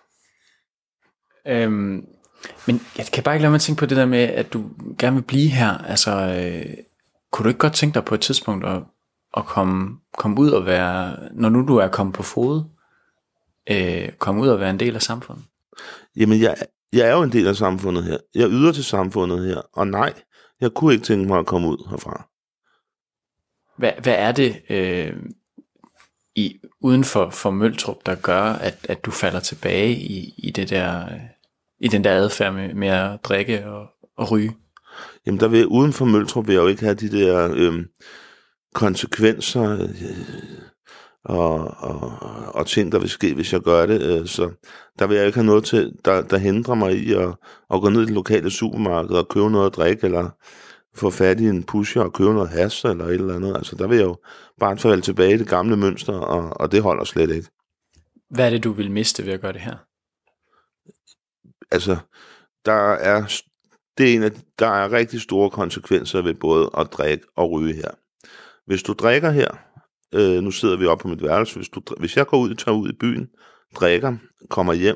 Øhm, men jeg kan bare ikke lade mig tænke på det der med, at du gerne vil blive her. Altså, øh, kunne du ikke godt tænke dig på et tidspunkt at, at komme, komme ud og være, når nu du er kommet på fod, øh, komme ud og være en del af samfundet? Jamen, jeg, jeg er jo en del af samfundet her. Jeg yder til samfundet her, og nej, jeg kunne ikke tænke mig at komme ud herfra. Hvad, hvad er det øh, i, uden for, for Møltrup, der gør, at, at du falder tilbage i, i, det der, i den der adfærd med, med at drikke og, og ryge? Jamen, der vil, uden for Møltrup vil jeg jo ikke have de der øh, konsekvenser øh, og, og, og ting, der vil ske, hvis jeg gør det. Øh, så der vil jeg ikke have noget til, der, der hindrer mig i at, at gå ned i det lokale supermarked og købe noget at drikke, eller få fat i en pusher og købe noget hash eller et eller andet. Altså, der vil jeg jo bare falde tilbage i det gamle mønster, og, og det holder slet ikke. Hvad er det, du vil miste ved at gøre det her? Altså, der er, det er en af, der er rigtig store konsekvenser ved både at drikke og ryge her. Hvis du drikker her, øh, nu sidder vi oppe på mit værelse, hvis, du, hvis jeg går ud, tager ud i byen, drikker, kommer hjem,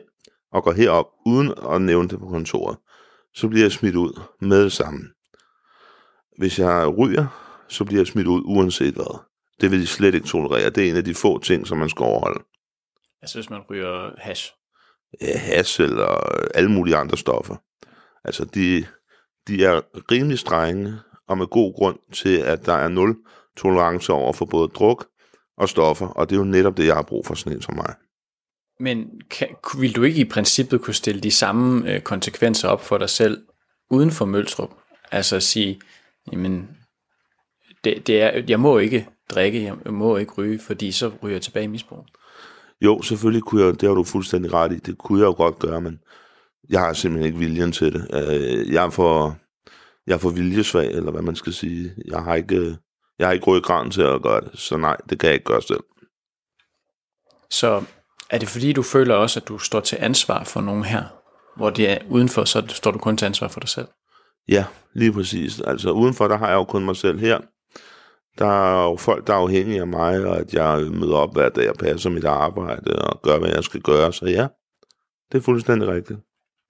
og går herop uden at nævne det på kontoret, så bliver jeg smidt ud med det samme. Hvis jeg ryger, så bliver jeg smidt ud uanset hvad. Det vil de slet ikke tolerere. Det er en af de få ting, som man skal overholde. Altså hvis man ryger hash? Ja, hash eller alle mulige andre stoffer. Altså de, de er rimelig strenge, og med god grund til, at der er nul tolerance over for både druk og stoffer, og det er jo netop det, jeg har brug for sådan en som mig. Men kan, vil du ikke i princippet kunne stille de samme øh, konsekvenser op for dig selv uden for Møltrup? Altså at sige, jamen, det, det er, jeg må ikke drikke, jeg må ikke ryge, fordi så ryger jeg tilbage i misbrug. Jo, selvfølgelig kunne jeg, det har du fuldstændig ret i, det kunne jeg jo godt gøre, men jeg har simpelthen ikke viljen til det. Jeg er for, jeg er for viljesvag, eller hvad man skal sige. Jeg har ikke, jeg har ikke ryggraden til at gøre det, så nej, det kan jeg ikke gøre selv. Så er det fordi, du føler også, at du står til ansvar for nogen her, hvor det er udenfor, så står du kun til ansvar for dig selv? Ja, lige præcis. Altså udenfor, der har jeg jo kun mig selv her. Der er jo folk, der er afhængige af mig, og at jeg møder op hver dag og passer mit arbejde og gør, hvad jeg skal gøre. Så ja, det er fuldstændig rigtigt.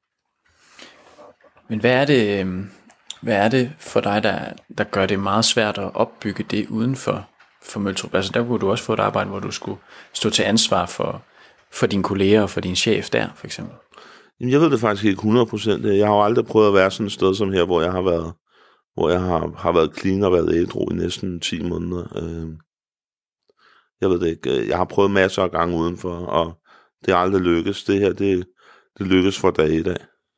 Men hvad er det, hvad er det for dig, der, der gør det meget svært at opbygge det uden for, for Møltrup? Altså der kunne du også få et arbejde, hvor du skulle stå til ansvar for, for dine kolleger og for din chef der, for eksempel. Jamen, jeg ved det faktisk ikke hundrede procent. Jeg har jo aldrig prøvet at være sådan et sted som her, hvor jeg har været, hvor jeg har, har været clean og været ædru i næsten ti måneder. Jeg ved det ikke. Jeg har prøvet masser af gange udenfor, og det er aldrig lykkes. Det her, det, det lykkes for dag i dag.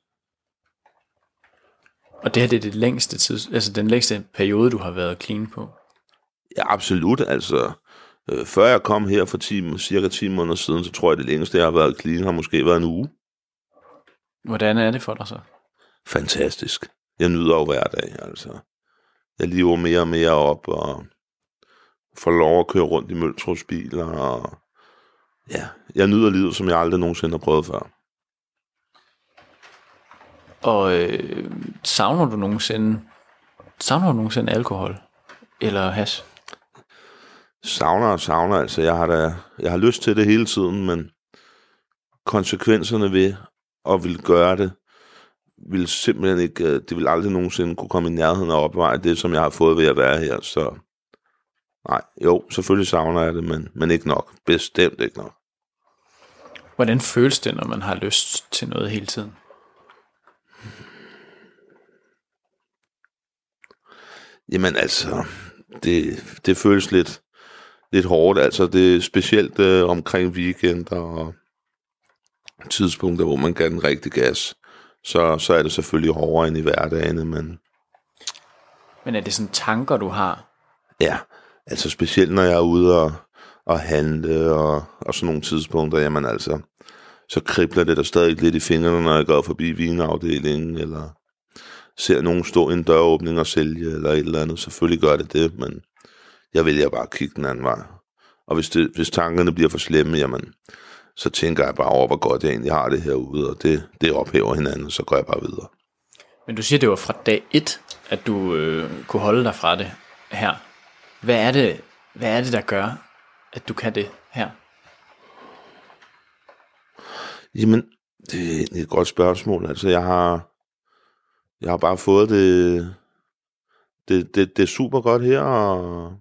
Og det her, det er det længste tid, altså den længste periode, du har været clean på? Ja, absolut. Altså, øh, før jeg kom her for ti, cirka ti måneder siden, så tror jeg, det længste, jeg har været clean, har måske været en uge. Hvordan er det for dig så? Fantastisk. Jeg nyder jo hver dag, altså. Jeg lever mere og mere op, og får lov at køre rundt i Møltrups biler, og ja, jeg nyder livet, som jeg aldrig nogensinde har prøvet før. Og øh, savner du nogensinde, savner du nogensinde alkohol eller hash? Savner og savner, altså jeg har da, jeg har lyst til det hele tiden, men konsekvenserne ved at ville gøre det, vil simpelthen ikke, det vil aldrig nogensinde kunne komme i nærheden af opveje det, som jeg har fået ved at være her, så nej, jo, selvfølgelig savner jeg det, men, men ikke nok, bestemt ikke nok. Hvordan føles det, når man har lyst til noget hele tiden? Jamen altså, det, det føles lidt, lidt hårdt, altså det er specielt øh, omkring weekender og tidspunkter, hvor man kan den rigtig gas, så, så er det selvfølgelig hårdere end i hverdagene, men... Men er det sådan tanker, du har? Ja, altså specielt når jeg er ude og, og handle og, og sådan nogle tidspunkter, jamen altså, så kribler det der stadig lidt i fingrene, når jeg går forbi vinafdelingen, eller ser nogen stå i en døråbning og sælge, eller et eller andet. Selvfølgelig gør det det, men jeg vælger bare at kigge den anden vej. Og hvis, det, hvis tankerne bliver for slemme, jamen, så tænker jeg bare over, hvor godt jeg egentlig har det herude, og det, det ophæver hinanden, så går jeg bare videre. Men du siger, det var fra dag et, at du øh, kunne holde dig fra det her. Hvad er det, hvad er det, der gør, at du kan det her? Jamen, det er et godt spørgsmål. Altså, jeg har, jeg har bare fået det, det, det, det er super godt her, og,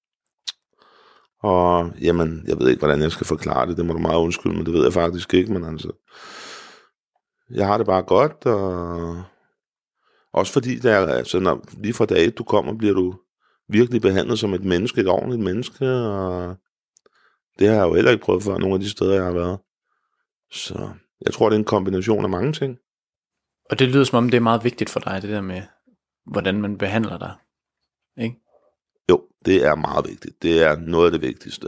og jamen, jeg ved ikke, hvordan jeg skal forklare det. Det må du meget undskylde, men det ved jeg faktisk ikke. Men altså, jeg har det bare godt, og også fordi, der er, altså, når, lige fra dag et, du kommer, bliver du virkelig behandlet som et menneske, et ordentligt menneske, og det har jeg jo heller ikke prøvet før, nogle af de steder, jeg har været. Så jeg tror, det er en kombination af mange ting. Og det lyder som om, det er meget vigtigt for dig, det der med, hvordan man behandler dig, ikke? Jo, det er meget vigtigt. Det er noget af det vigtigste.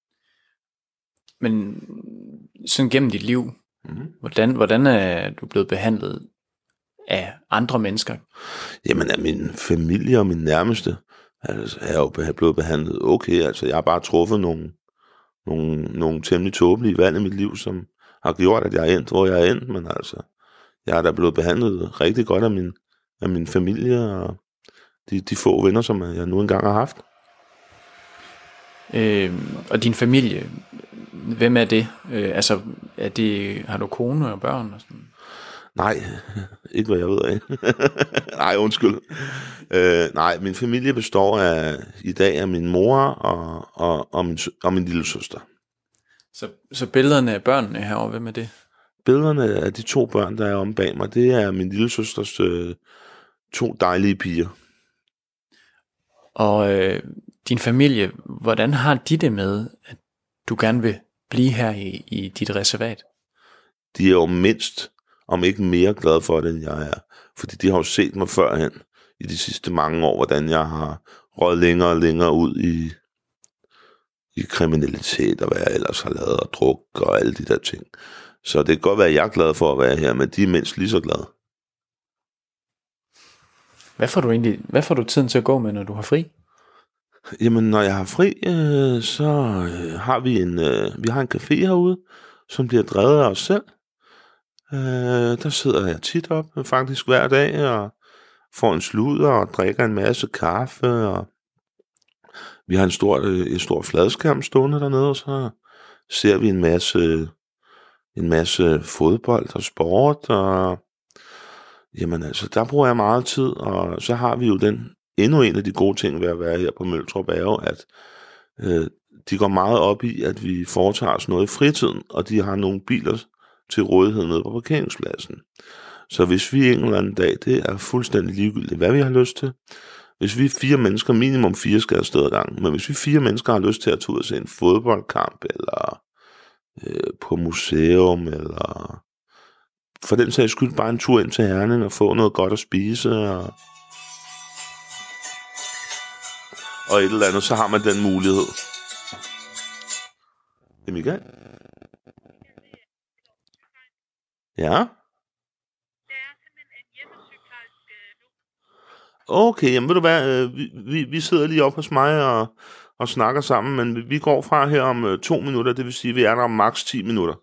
Men sådan gennem dit liv, mm-hmm. hvordan, hvordan er du blevet behandlet af andre mennesker? Jamen af min familie og min nærmeste, altså, jeg er jo blevet behandlet okay. Altså, jeg har bare truffet nogle, nogle, nogle temmelig tåbelige valg i mit liv, som har gjort, at jeg er endt, hvor jeg er endt. Men altså, jeg er da blevet behandlet rigtig godt af min, af min familie og de, de få venner, som jeg nu engang har haft. Øh, og din familie, hvem er det? Øh, altså, er det, har du kone og børn og sådan? Nej, ikke hvad jeg ved af. Nej, undskyld. Øh, nej, min familie består af, i dag af min mor og, og, og, min, og min lille søster. Så, så billederne af børnene herovre, hvem er det? Billederne af de to børn, der er om bag mig, det er min lille søsters øh, to dejlige piger. Og øh, din familie, hvordan har de det med, at du gerne vil blive her i, i dit reservat? De er jo mindst, om ikke mere glade for det, end jeg er. Fordi de har jo set mig førhen i de sidste mange år, hvordan jeg har røget længere og længere ud i, i kriminalitet, og hvad jeg ellers har lavet, og druk og alle de der ting. Så det kan godt være, at jeg er glad for at være her, men de er mindst lige så glade. Hvad får du egentlig, hvad får du tiden til at gå med, når du har fri? Jamen, når jeg har fri, øh, så øh, har vi en, øh, vi har en café herude, som bliver drevet af os selv. Øh, der sidder jeg tit op, faktisk hver dag, og får en sludder og drikker en masse kaffe. Og vi har en stor, øh, en stor fladskærm stående dernede, og så ser vi en masse, en masse fodbold og sport. Og jamen altså, der bruger jeg meget tid, og så har vi jo den endnu en af de gode ting ved at være her på Møltrup er jo, at øh, de går meget op i, at vi foretager os noget i fritiden, og de har nogle biler til rådighed nede på parkeringspladsen. Så hvis vi en eller anden dag, det er fuldstændig ligegyldigt, hvad vi har lyst til. Hvis vi er fire mennesker, minimum fire skal afsted ad gangen, men hvis vi fire mennesker har lyst til at tage ud og se en fodboldkamp, eller øh, på museum, eller for den sags skyld bare en tur ind til Herning og få noget godt at spise, og og et eller andet, så har man den mulighed. Det er Michael? Ja? Okay, jamen ved du hvad, vi, vi, vi sidder lige oppe hos mig og, og snakker sammen, men vi går fra her om uh, to minutter, det vil sige, at vi er der om maks ti minutter.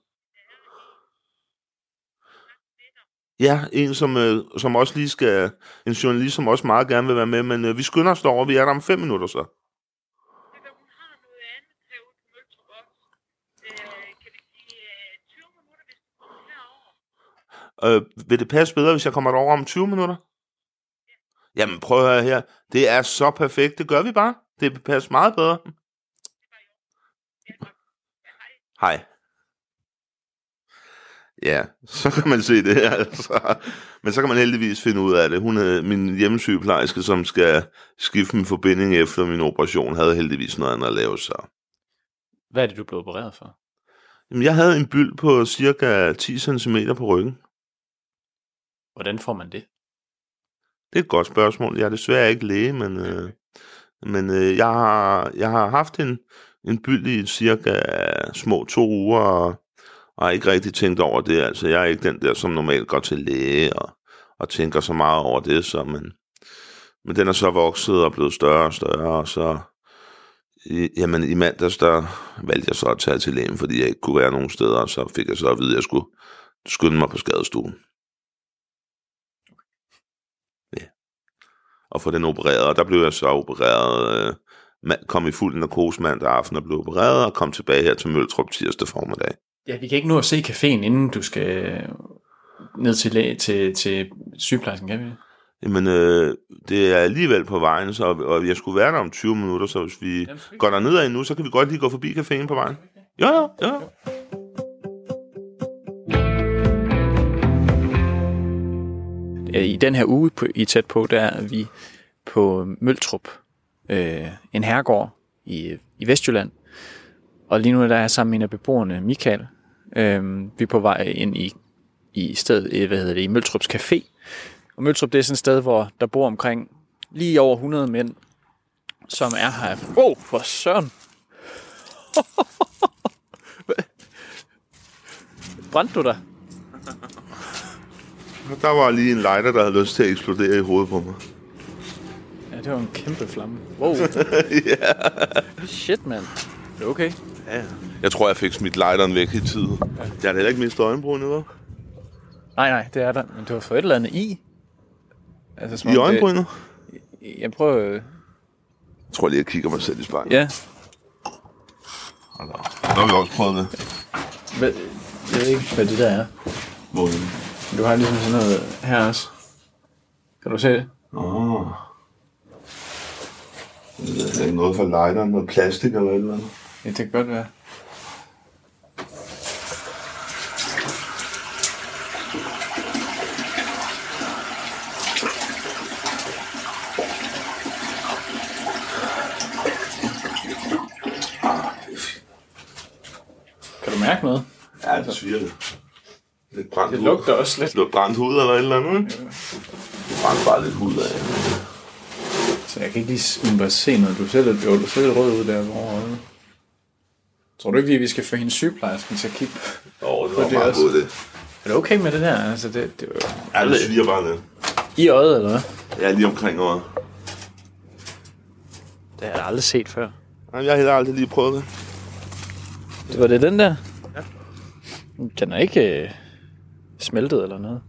Ja, en som, øh, som også lige skal, en journalist, som også meget gerne vil være med, men øh, vi skynder os derover, vi er der om fem minutter så. Øh, vil det passe bedre, hvis jeg kommer derover om tyve minutter? Jamen prøv at høre her, det er så perfekt, det gør vi bare. Det passer meget bedre. Hej. Ja, så kan man se det her, altså. Men så kan man heldigvis finde ud af det. Hun er min hjemmesygeplejerske, som skal skifte min forbinding efter min operation, havde heldigvis noget andet at lave, så. Hvad er det, du blev opereret for? Jamen, jeg havde en byld på cirka ti centimeter på ryggen. Hvordan får man det? Det er et godt spørgsmål. Jeg er desværre ikke læge, men, øh, men øh, jeg, har, jeg har haft en, en byld i cirka små to uger, og Og har ikke rigtig tænkt over det. Altså, jeg er ikke den der, som normalt går til læge og, og tænker så meget over det. Så, men, men den er så vokset og blevet større og større. Og så, i, jamen, i mandags, der valgte jeg så at tage til lægen, fordi jeg ikke kunne være nogen steder. Og så fik jeg så at vide, at jeg skulle skynde mig på skadestuen. Ja. Og få den opereret. Og der blev jeg så opereret. Øh, kom i fuld narkose mandag aften og blev opereret. Og kom tilbage her til Møltrup tirsdag formiddag. Ja, vi kan ikke nå at se caféen, inden du skal ned til, læge, til, til sygeplejersken, kan vi det? Jamen, øh, det er alligevel på vejen, så, og jeg skulle være der om tyve minutter, så hvis vi Jamen, går der nedad nu, så kan vi godt lige gå forbi caféen på vejen. Ja, ja, ja. I den her uge på, i tæt på, der er vi på Møltrup, øh, en herregård i, i Vestjylland. Og lige nu der er jeg sammen med en af beboerne, Michael. Øhm, vi er på vej ind i, i sted, hvad hedder det, i Møltrups Café. Og Møltrup, det er sådan et sted, hvor der bor omkring lige over hundrede mænd, som er her. Åh, oh, for søren! Brændte du dig? Der var lige en lighter, der havde lyst til at eksplodere i hovedet på mig. Ja, det var en kæmpe flamme. Wow. Ja. Shit, mand. Det er okay. Ja, jeg tror, jeg fik smidt lighteren væk i tide. Ja. Jeg har heller ikke mistet øjenbrynene, hva'? Nej, nej, det er der. Men det var for et eller andet i. Altså, I øjenbrynet? Det... Jeg prøver... Jeg tror lige, jeg kigger mig selv i spejlet. Ja. Hold da. har vi også prøvet det. Hvad, jeg ved ikke, hvad det der er. Hvor? Du har ligesom sådan noget her også. Kan du se det? Åh. Oh. Det er ikke noget for lighteren, noget plastik eller et eller andet. Ja, det kan godt være. Kan du mærke noget? Ja, det sviger det. Lidt brændt Det hud. lugter også lidt. Lidt brændt hud eller et eller andet, ikke? Det brændte bare lidt hud af. Så jeg kan ikke lige umiddelbart se noget. Du ser lidt, jo, du ser lidt rød ud derovre. Tror du ikke lige, vi skal få hendes sygeplejersken til at kigge Åh, oh, det på var det meget også? godt det. Er det okay med det der? Altså, det, det var... Ja, det sviger bare lidt. I øjet, eller hvad? Ja, lige omkring øjet. Det har jeg aldrig set før. Nej, jeg har heller aldrig lige prøvet det. Det var det den der? Ja. Den er ikke øh, smeltet eller noget.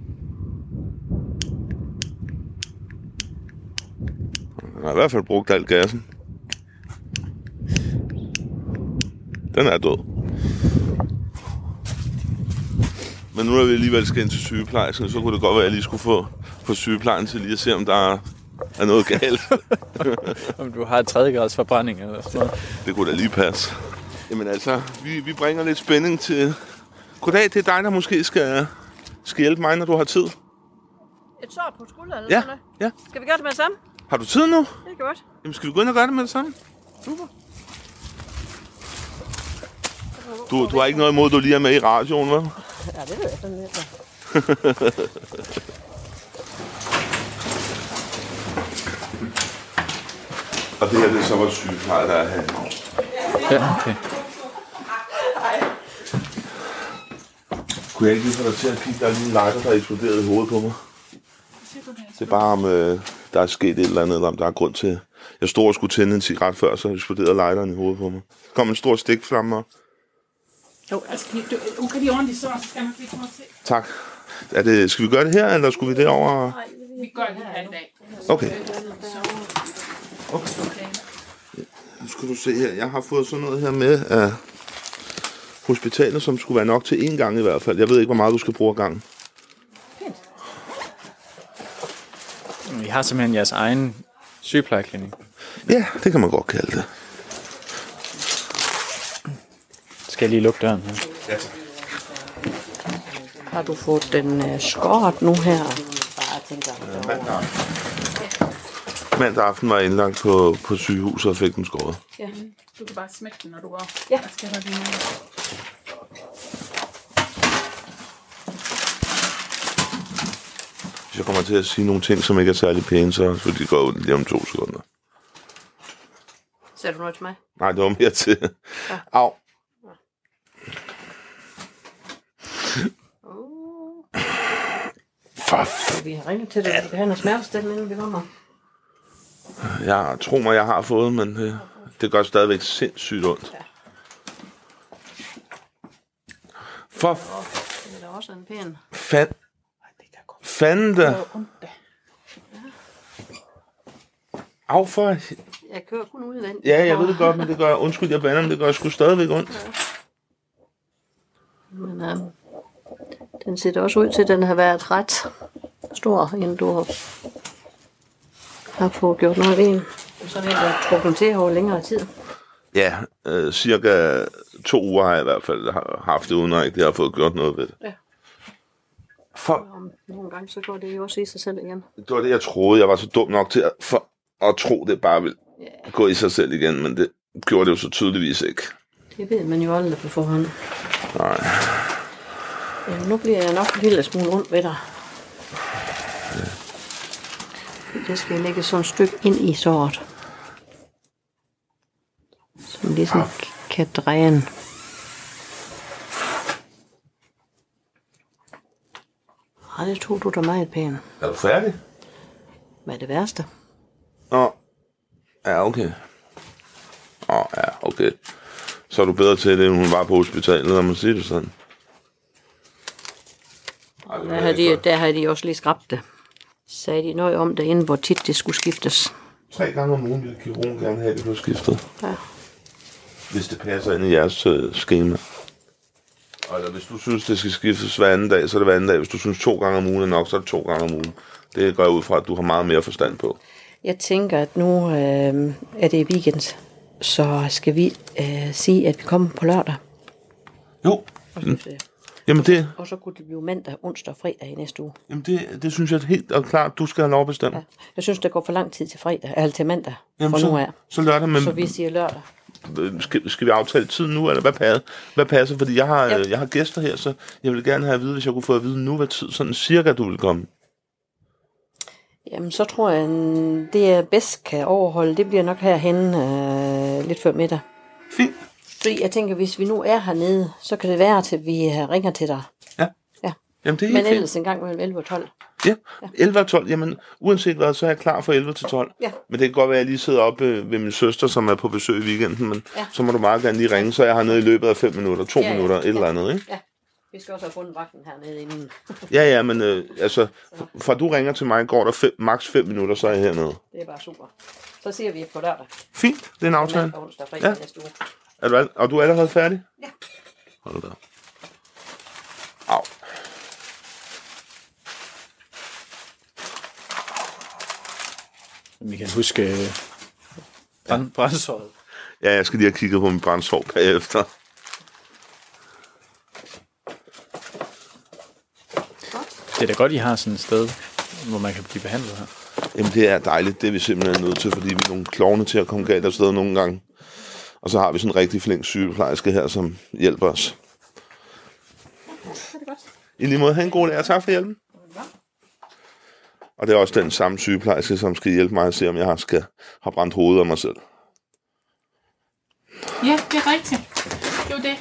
Jeg har i hvert fald brugt al gassen. Den er død. Men nu når vi alligevel skal ind til sygeplejersken, så kunne det godt være, at jeg lige skulle få, få sygeplejen til lige at se, om der er, er noget galt. Om du har et tredje grads forbrænding eller sådan noget. Det kunne da lige passe. Jamen altså, vi, vi bringer lidt spænding til... Goddag, det er dig, der måske skal, skal hjælpe mig, når du har tid. Et sår på skulderen? Ja, eller sådan noget? ja. Skal vi gøre det med det samme? Har du tid nu? Det er godt. Jamen, skal vi gå ind og gøre det med det samme? Super. Du, du har ikke noget imod, at du lige er med i radioen, vel? Ja, det ved jeg sådan lidt. Og det her, det er så vores sygeplejer, der er her. Ja, okay. Kunne jeg ikke lige få dig til at kigge, der er lige en lighter, der er eksploderet i hovedet på mig? Det er bare, om øh, der er sket et eller andet, eller om der er grund til... Jeg stod og skulle tænde en cigaret før, så eksploderede lighteren i hovedet på mig. Der kom en stor stikflamme op. Jo, altså, du, hun kan lige ordentligt så, så skal man lige komme og se. Tak. Er det, skal vi gøre det her, eller skulle vi derover? Vi gør det her i dag. Okay. Okay. Nu skal du se her. Jeg har fået sådan noget her med af hospitalet, som skulle være nok til én gang i hvert fald. Jeg ved ikke, hvor meget du skal bruge ad gangen. Vi har simpelthen jeres egen sygeplejeklinik. Ja, det kan man godt kalde det. Skal jeg lige lukke døren her? Ja, tak. Har du fået den uh, skåret nu her? Bare tænker Ja, mandag. Mandag aften var jeg indlagt på, på sygehuset og fik den skåret. Ja, du kan bare smække den, når du går. Ja. Jeg skal have den. Hvis jeg kommer til at sige nogle ting, som ikke er særlig pæne, så vil de gå ud lige om to sekunder. Ser du noget til mig? Nej, det var mere til. Ja. Au. Uh. For Vi har ringet til dig, at vi skal have noget smertestillende, inden vi kommer. Jeg tror mig, jeg har fået, men det, det gør stadigvæk sindssygt ondt. Ja. For Det er da også en pæn. fan... Fanden da. Af for... Jeg kører kun ud i den. Ja, jeg ved det godt, men det gør... Undskyld, jeg bander, men det gør sgu stadigvæk ondt. Men øh, den ser da også ud til, at den har været ret stor, inden du har, har fået gjort noget ved den. Så er det der trukket til over længere tid. Ja, øh, cirka to uger har jeg i hvert fald haft det, uden at jeg ikke har fået gjort noget ved det. Ja. For... Og nogle gange så går det jo også i sig selv igen. Det var det, jeg troede. Jeg var så dum nok til at, for, at tro, det bare ville Ja. gå i sig selv igen, men det gjorde det jo så tydeligvis ikke. Det ved man jo aldrig på forhånd. Nej. Ja, nu bliver jeg nok en lille smule rundt ved dig. Ja. Det skal jeg lægge sådan et stykke ind i såret. Som ligesom kan dreje en. Ja, det tog du da meget pænt. Er du færdig? Hvad er det værste? Nå. Ja, okay. Åh, ja, okay. Så er du bedre til det, end hun var på hospitalet, når man siger det sådan. Ej, det var Der har, de, efter der har de også lige skrabt det. Sagde de noget om derinde, hvor tit det skulle skiftes. Tre gange om ugen ville kirurgen gerne have det på skiftet. Ja. hvis det passer ind i jeres øh, schema. Altså, hvis du synes, det skal skiftes hver anden dag, så er det hver anden dag. Hvis du synes, to gange om ugen er nok, så er det to gange om ugen. Det går jeg ud fra, at du har meget mere forstand på. Jeg tænker, at nu øh, er det weekend, så skal vi øh, sige, at vi kommer på lørdag. Jo. Mm. Jamen det... Og så kunne det blive mandag, onsdag og fredag i næste uge. Jamen det, det synes jeg helt og klart, du skal have lov at bestemme. Ja. Jeg synes, der går for lang tid til fredag, eller til mandag. Jamen for nu af. Så lørdag, men... Så vi siger lørdag. Skal, skal vi aftale tid nu, eller hvad passer? Hvad passer? Fordi jeg har, ja. jeg har gæster her, så jeg vil gerne have at vide, hvis jeg kunne få at vide nu, hvad tid sådan cirka du vil komme. Jamen, så tror jeg, det jeg bedst kan overholde, det bliver nok herhen øh, lidt før middag. Fint. Fordi jeg tænker, hvis vi nu er hernede, så kan det være, til vi ringer til dig. Ja. Ja. Jamen, det er Men fint. ellers en gang mellem elleve og tolv. Ja, ja. elleve og tolv. Jamen, uanset hvad, så er jeg klar fra elleve til tolv. Ja. Men det kan godt være, at jeg lige sidder oppe øh, ved min søster, som er på besøg i weekenden. Men ja. så må du meget gerne lige ringe, så er jeg hernede i løbet af fem minutter, to ja, ja. minutter, et ja. eller andet, ikke? Ja. Vi skal også have fundet vagten hernede inden. ja, ja, men øh, altså, fra du ringer til mig, går der fem, maks fem minutter, så er jeg hernede. Det er bare super. Så ser vi på lørdag. Fint, det er en aftale. Mandag, onsdag, fredag ja. Næste uge. Er du, og du er allerede færdig? Ja. Hold da. Au. Vi kan huske brand, brændsåret. Ja, jeg skal lige have kigget på min brændsår bagefter. Det er da godt, I har sådan et sted, hvor man kan blive behandlet her. Jamen, det er dejligt. Det er vi simpelthen nødt til, fordi vi er nogle klovne til at komme galt afsted nogle gange. Og så har vi sådan en rigtig flink sygeplejerske her, som hjælper os. Ja, det er godt. I lige måde, have en god dag, og tak for hjælpen. Og det er også den samme sygeplejerske, som skal hjælpe mig at se, om jeg skal have brændt hovedet af mig selv. Ja, det er rigtigt. Det var det.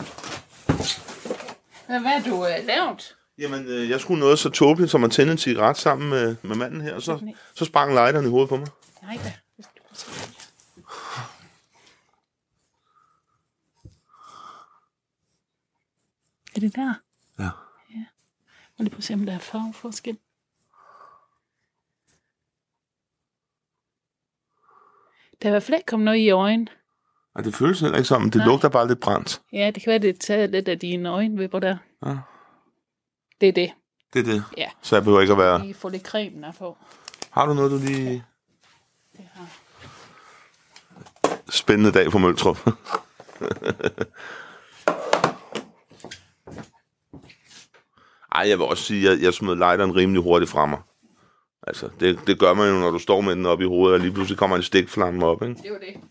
Hvad har du uh, lavet? Jamen, øh, jeg skulle noget så tåbeligt som at tænde en cigaret sammen med, med manden her, og så, så sprang lighteren i hovedet på mig. Nej da. Er det der? Ja. Ja. Og lige prøve at se, om der er farveforskel. Der er i hvert fald ikke kommet noget i øjnene. Og det føles heller ikke som, det Nej. lugter bare lidt brændt. Ja, det kan være, det tager lidt af dine øjenvipper der. Ja. Det er det. Det er det. Ja. Så jeg behøver ikke at være... Lige få lidt cremen af på. Har du noget, du lige... Det har. Spændende dag på Møltrup. Ej, jeg vil også sige, at jeg, jeg smed lighteren rimelig hurtigt fra mig. Altså, det, det gør man jo, når du står med den op i hovedet, og lige pludselig kommer en stikflamme op, ikke? Det var det.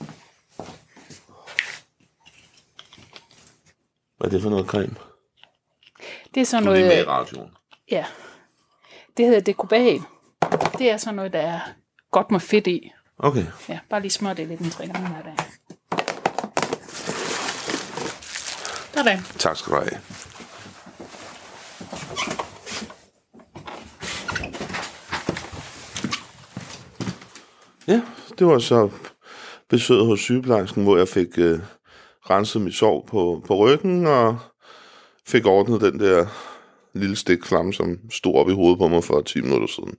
Hvad er det for noget creme? Det er sådan Du er noget... lige med i radioen. Ja. Det hedder Decoban. Det er sådan noget, der er godt med fedt i. Okay. Ja, bare lige smør det lidt en tre gange hver dag. Sådan. Tak skal du have. Ja, det var så besøget hos sygeplejersken, hvor jeg fik øh, renset mit sår på, på ryggen, og fik ordnet den der lille stikflamme, som stod op i hovedet på mig for ti minutter siden.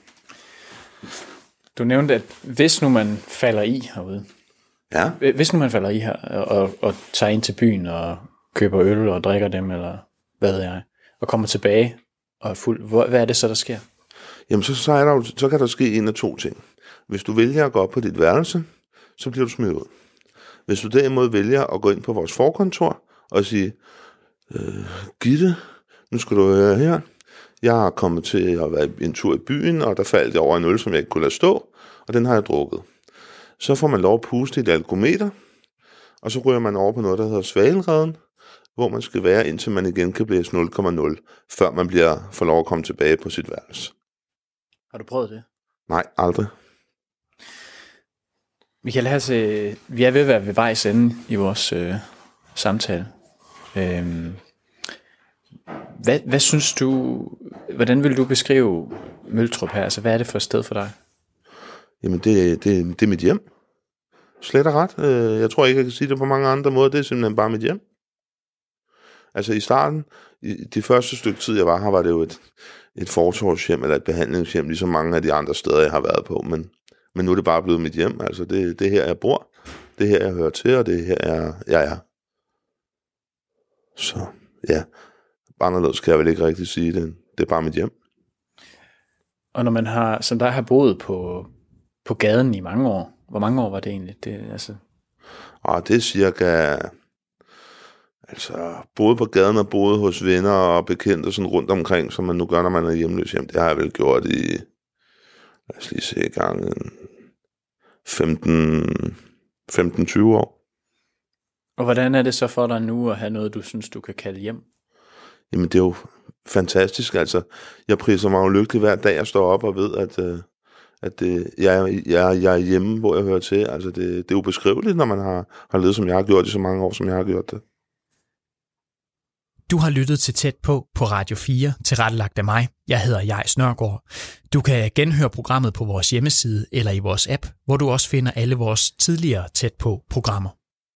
Du nævnte, at hvis nu man falder i herude, Ja. hvis nu man falder i her, og, og tager ind til byen og køber øl og drikker dem, eller hvad ved jeg, og kommer tilbage og er fuld, hvor, hvad er det så, der sker? Jamen, så, så, er der, jo- så kan der ske en af to ting. Hvis du vælger at gå op på dit værelse, så bliver du smidt ud. Hvis du derimod vælger at gå ind på vores forkontor og sige, øh, Gitte, nu skal du høre her. Jeg har kommet til at være en tur i byen, og der faldt jeg over en øl, som jeg ikke kunne lade stå, og den har jeg drukket. Så får man lov at puste i et alkometer, og så ryger man over på noget, der hedder Svalenreden, hvor man skal være, indtil man igen kan blæse nul komma nul, før man bliver får lov at komme tilbage på sit værelse. Har du prøvet det? Nej, aldrig. Michael Hasse, vi er ved at være ved vejs ende i vores øh, samtale. Øhm, hvad, hvad synes du, hvordan vil du beskrive Møltrup her? Altså, hvad er det for et sted for dig? Jamen, det, det, det er mit hjem. Slet og ret. Øh, Jeg tror ikke, jeg kan sige det på mange andre måder. Det er simpelthen bare mit hjem. Altså i starten, i de første stykke tid, jeg var her, var det jo et, et fortorvshjem eller et behandlingshjem, ligesom mange af de andre steder, jeg har været på. Men, men nu er det bare blevet mit hjem. Altså det, det er her, jeg bor. det er her, jeg hører til, og det er her, jeg, jeg er. Så ja, anderledes kan jeg vel ikke rigtig sige det. Det er bare mit hjem. Og når man har, som dig har boet på, på gaden i mange år, hvor mange år var det egentlig? Det, altså... Og det er cirka, altså både på gaden og boet hos venner og bekendte sådan rundt omkring, som man nu gør, når man er hjemløs hjem. Det har jeg vel gjort i, lad os lige se, gangen femten tyve år. Og hvordan er det så for dig nu at have noget, du synes, du kan kalde hjem? Jamen det er jo fantastisk, altså. Jeg priser mig jo lykkelig hver dag, jeg står op og ved, at, øh, at det, jeg, jeg, jeg er hjemme, hvor jeg hører til. Altså det, det er ubeskriveligt, når man har, har levet, som jeg har gjort i så mange år, som jeg har gjort det. Du har lyttet til Tæt på på Radio fire, tilrettelagt af mig. Jeg hedder Jais Nørgaard. Du kan genhøre programmet på vores hjemmeside eller i vores app, hvor du også finder alle vores tidligere Tæt på programmer.